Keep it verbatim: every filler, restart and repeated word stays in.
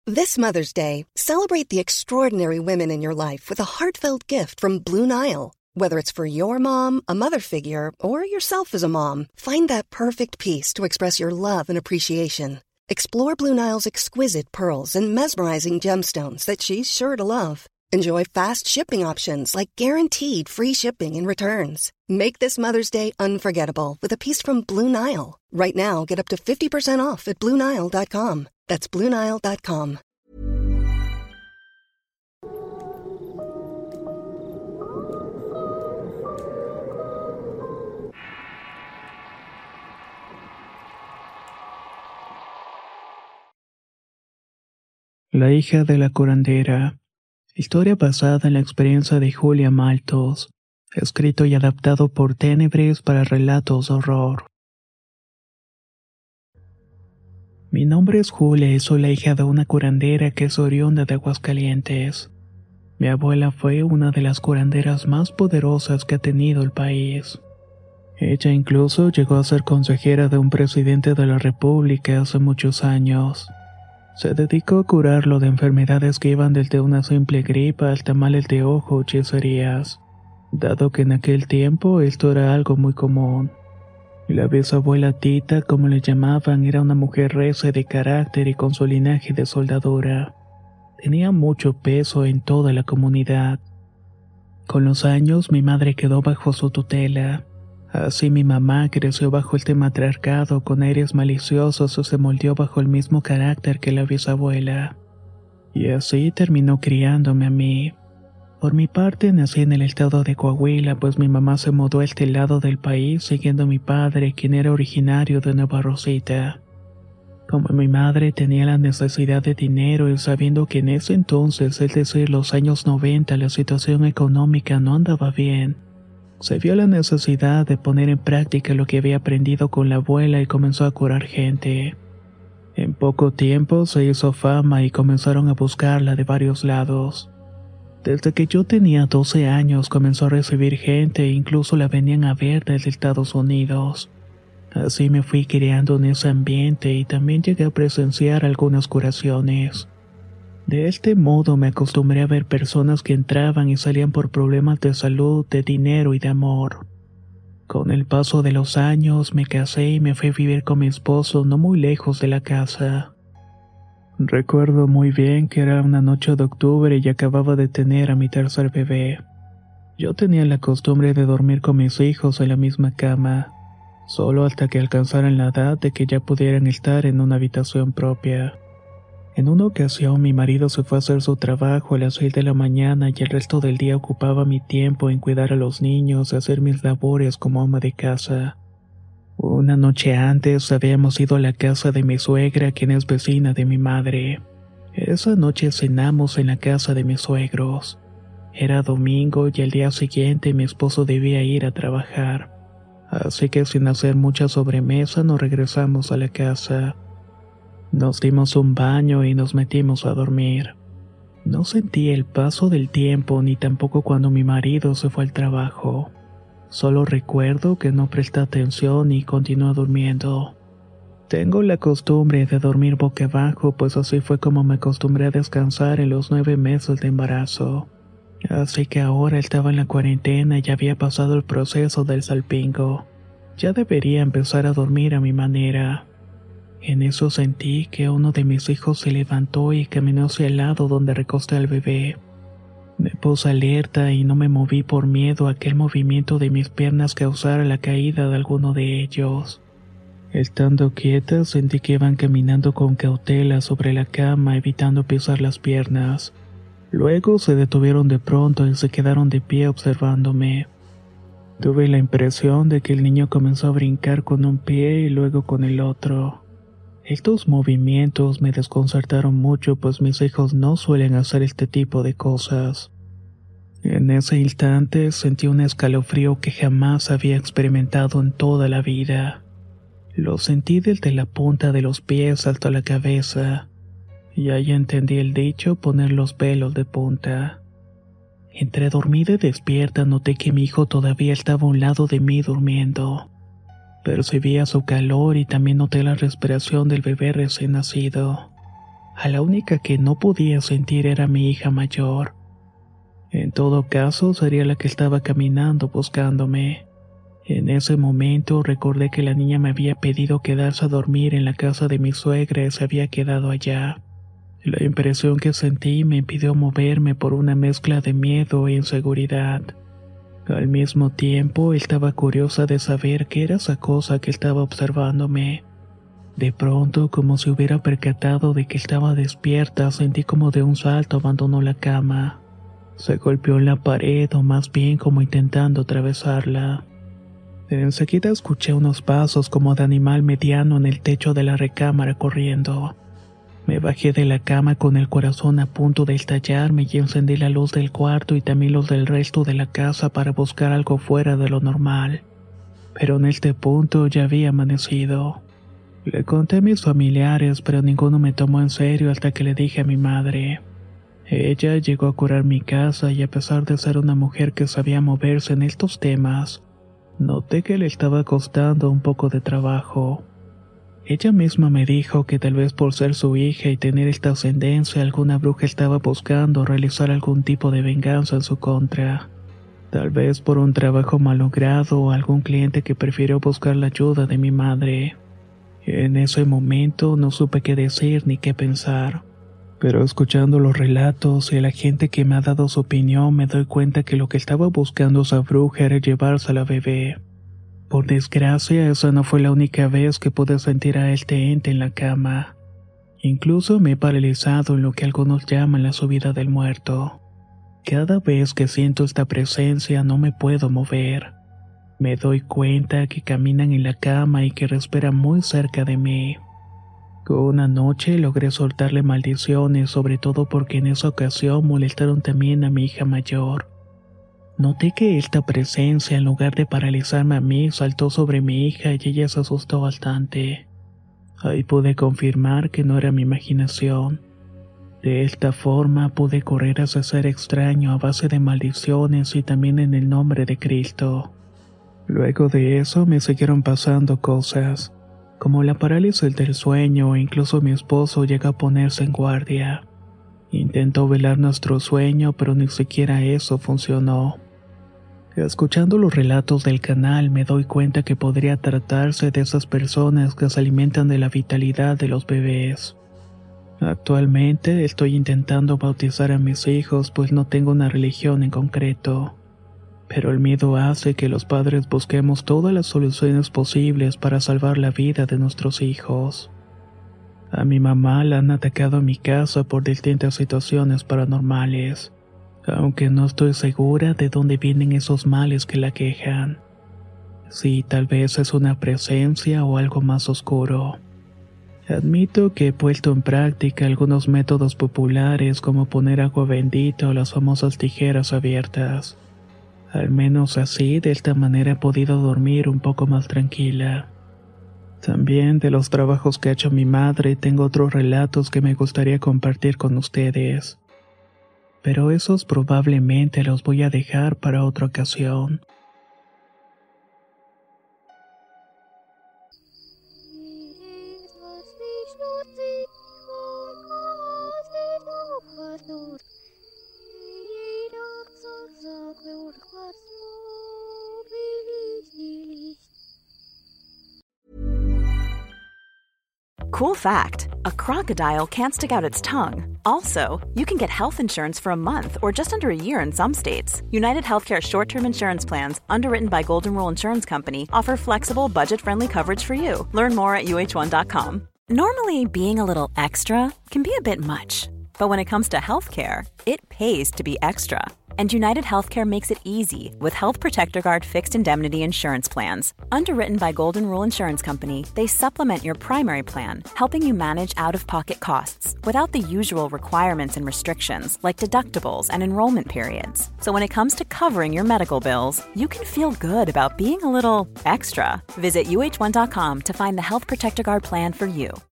This Mother's Day, celebrate the extraordinary women in your life with a heartfelt gift from Blue Nile. Whether it's for your mom, a mother figure, or yourself as a mom, find that perfect piece to express your love and appreciation. Explore Blue Nile's exquisite pearls and mesmerizing gemstones that she's sure to love. Enjoy fast shipping options like guaranteed free shipping and returns. Make this Mother's Day unforgettable with a piece from Blue Nile. Right now, get up to fifty percent off at Blue Nile dot com. That's Blue Nile dot com. La hija de la curandera. Historia basada en la experiencia de Julia Maltos. Escrito y adaptado por Ténebres para relatos de horror. Mi nombre es Julia y soy la hija de una curandera que es oriunda de Aguascalientes. Mi abuela fue una de las curanderas más poderosas que ha tenido el país. Ella incluso llegó a ser consejera de un presidente de la República hace muchos años. Se dedicó a curarlo de enfermedades que iban desde una simple gripa hasta males de ojo o hechicerías, dado que en aquel tiempo esto era algo muy común. La bisabuela Tita, como le llamaban, era una mujer recia de carácter y con su linaje de soldadura. Tenía mucho peso en toda la comunidad. Con los años mi madre quedó bajo su tutela. Así mi mamá creció bajo este matriarcado con aires maliciosos y se moldeó bajo el mismo carácter que la bisabuela. Y así terminó criándome a mí. Por mi parte nací en el estado de Coahuila, pues mi mamá se mudó a este lado del país siguiendo a mi padre, quien era originario de Nueva Rosita. Como mi madre tenía la necesidad de dinero y sabiendo que en ese entonces, es decir, los años noventa, la situación económica no andaba bien, se vio la necesidad de poner en práctica lo que había aprendido con la abuela y comenzó a curar gente. En poco tiempo se hizo fama y comenzaron a buscarla de varios lados. Desde que yo tenía doce años comenzó a recibir gente e incluso la venían a ver desde Estados Unidos. Así me fui criando en ese ambiente y también llegué a presenciar algunas curaciones. De este modo me acostumbré a ver personas que entraban y salían por problemas de salud, de dinero y de amor. Con el paso de los años me casé y me fui a vivir con mi esposo no muy lejos de la casa. Recuerdo muy bien que era una noche de octubre y acababa de tener a mi tercer bebé. Yo tenía la costumbre de dormir con mis hijos en la misma cama, solo hasta que alcanzaran la edad de que ya pudieran estar en una habitación propia. En una ocasión mi marido se fue a hacer su trabajo a las seis de la mañana y el resto del día ocupaba mi tiempo en cuidar a los niños y hacer mis labores como ama de casa. Una noche antes habíamos ido a la casa de mi suegra, quien es vecina de mi madre. Esa noche cenamos en la casa de mis suegros. Era domingo y al día siguiente mi esposo debía ir a trabajar. Así que sin hacer mucha sobremesa nos regresamos a la casa. Nos dimos un baño y nos metimos a dormir. No sentí el paso del tiempo ni tampoco cuando mi marido se fue al trabajo. Solo recuerdo que no presté atención y continué durmiendo. Tengo la costumbre de dormir boca abajo, pues así fue como me acostumbré a descansar en los nueve meses de embarazo. Así que ahora estaba en la cuarentena y había pasado el proceso del salpingo. Ya debería empezar a dormir a mi manera. En eso sentí que uno de mis hijos se levantó y caminó hacia el lado donde recosté al bebé. Me puse alerta y no me moví por miedo a que el movimiento de mis piernas causara la caída de alguno de ellos. Estando quieta, sentí que iban caminando con cautela sobre la cama, evitando pisar las piernas. Luego se detuvieron de pronto y se quedaron de pie observándome. Tuve la impresión de que el niño comenzó a brincar con un pie y luego con el otro. Estos movimientos me desconcertaron mucho, pues mis hijos no suelen hacer este tipo de cosas. En ese instante sentí un escalofrío que jamás había experimentado en toda la vida. Lo sentí desde la punta de los pies hasta la cabeza, y ahí entendí el dicho poner los pelos de punta. Entre dormida y despierta noté que mi hijo todavía estaba a un lado de mí durmiendo. Percibía su calor y también noté la respiración del bebé recién nacido. A la única que no podía sentir era mi hija mayor. En todo caso, sería la que estaba caminando buscándome. En ese momento recordé que la niña me había pedido quedarse a dormir en la casa de mi suegra y se había quedado allá. La impresión que sentí me impidió moverme por una mezcla de miedo e inseguridad. Al mismo tiempo, estaba curiosa de saber qué era esa cosa que estaba observándome. De pronto, como si hubiera percatado de que estaba despierta, sentí como de un salto abandonó la cama. Se golpeó en la pared, o más bien como intentando atravesarla. Enseguida escuché unos pasos como de animal mediano en el techo de la recámara corriendo. Me bajé de la cama con el corazón a punto de estallarme y encendí la luz del cuarto y también los del resto de la casa para buscar algo fuera de lo normal. Pero en este punto ya había amanecido. Le conté a mis familiares, pero ninguno me tomó en serio hasta que le dije a mi madre. Ella llegó a curar mi casa y a pesar de ser una mujer que sabía moverse en estos temas, noté que le estaba costando un poco de trabajo. Ella misma me dijo que tal vez por ser su hija y tener esta ascendencia, alguna bruja estaba buscando realizar algún tipo de venganza en su contra. Tal vez por un trabajo malogrado o algún cliente que prefirió buscar la ayuda de mi madre. En ese momento no supe qué decir ni qué pensar. Pero escuchando los relatos y a la gente que me ha dado su opinión, me doy cuenta que lo que estaba buscando esa bruja era llevarse a la bebé. Por desgracia, esa no fue la única vez que pude sentir a este ente en la cama. Incluso me he paralizado en lo que algunos llaman la subida del muerto. Cada vez que siento esta presencia no me puedo mover. Me doy cuenta que caminan en la cama y que respiran muy cerca de mí. Una noche logré soltarle maldiciones, sobre todo porque en esa ocasión molestaron también a mi hija mayor. Noté que esta presencia, en lugar de paralizarme a mí, saltó sobre mi hija y ella se asustó bastante. Ahí pude confirmar que no era mi imaginación. De esta forma pude correr a ese ser extraño a base de maldiciones y también en el nombre de Cristo. Luego de eso me siguieron pasando cosas, como la parálisis del sueño, e incluso mi esposo llega a ponerse en guardia. Intentó velar nuestro sueño, pero ni siquiera eso funcionó. Escuchando los relatos del canal me doy cuenta que podría tratarse de esas personas que se alimentan de la vitalidad de los bebés. Actualmente estoy intentando bautizar a mis hijos pues no tengo una religión en concreto. Pero el miedo hace que los padres busquemos todas las soluciones posibles para salvar la vida de nuestros hijos. A mi mamá la han atacado en mi casa por distintas situaciones paranormales, aunque no estoy segura de dónde vienen esos males que la quejan. Sí, tal vez es una presencia o algo más oscuro. Admito que he puesto en práctica algunos métodos populares como poner agua bendita o las famosas tijeras abiertas. Al menos así, de esta manera he podido dormir un poco más tranquila. También de los trabajos que ha hecho mi madre tengo otros relatos que me gustaría compartir con ustedes. Pero esos probablemente los voy a dejar para otra ocasión. Cool fact, a crocodile can't stick out its tongue. Also, you can get health insurance for a month or just under a year in some states. United Healthcare short-term insurance plans, underwritten by Golden Rule Insurance Company, offer flexible, budget-friendly coverage for you. Learn more at U H one dot com. Normally, being a little extra can be a bit much, but when it comes to healthcare, it pays to be extra. And United Healthcare makes it easy with Health Protector Guard fixed indemnity insurance plans. Underwritten by Golden Rule Insurance Company, they supplement your primary plan, helping you manage out-of-pocket costs without the usual requirements and restrictions like deductibles and enrollment periods. So when it comes to covering your medical bills, you can feel good about being a little extra. Visit U H one dot com to find the Health Protector Guard plan for you.